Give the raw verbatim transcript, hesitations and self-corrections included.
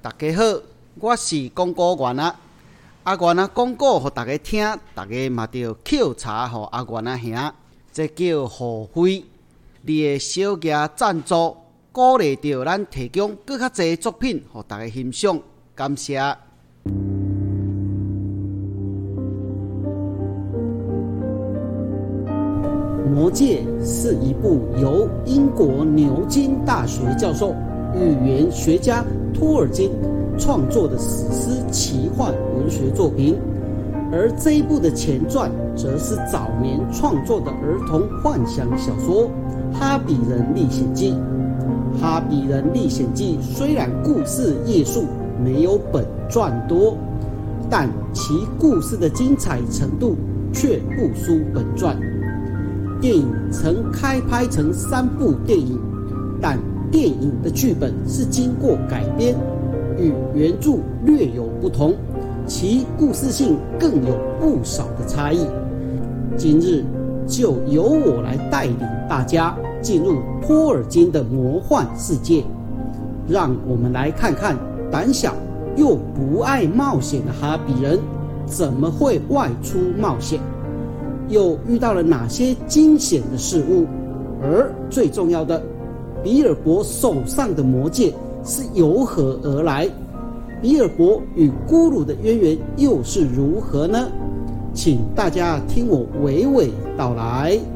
大家好，我是讲古元啊。阿元啊讲古给大家听，大家嘛要抾茶给阿元啊兄，这叫互惠。你的小额赞助，鼓励着咱提供更较侪作品给大家欣赏，感谢。魔戒是一部由英国牛津大学教授、语言学家托尔金创作的史诗奇幻文学作品，而这一部的前传则是早年创作的儿童幻想小说《哈比人历险记》。《哈比人历险记》虽然故事页数没有本传多，但其故事的精彩程度却不输本传。电影曾开拍成三部电影，但电影的剧本是经过改编，与原著略有不同，其故事性更有不少的差异。今日就由我来带领大家进入托尔金的魔幻世界，让我们来看看胆小又不爱冒险的哈比人怎么会外出冒险，又遇到了哪些惊险的事物，而最重要的，比尔博手上的魔戒是由何而来？比尔博与咕噜的渊源又是如何呢？请大家听我娓娓道来。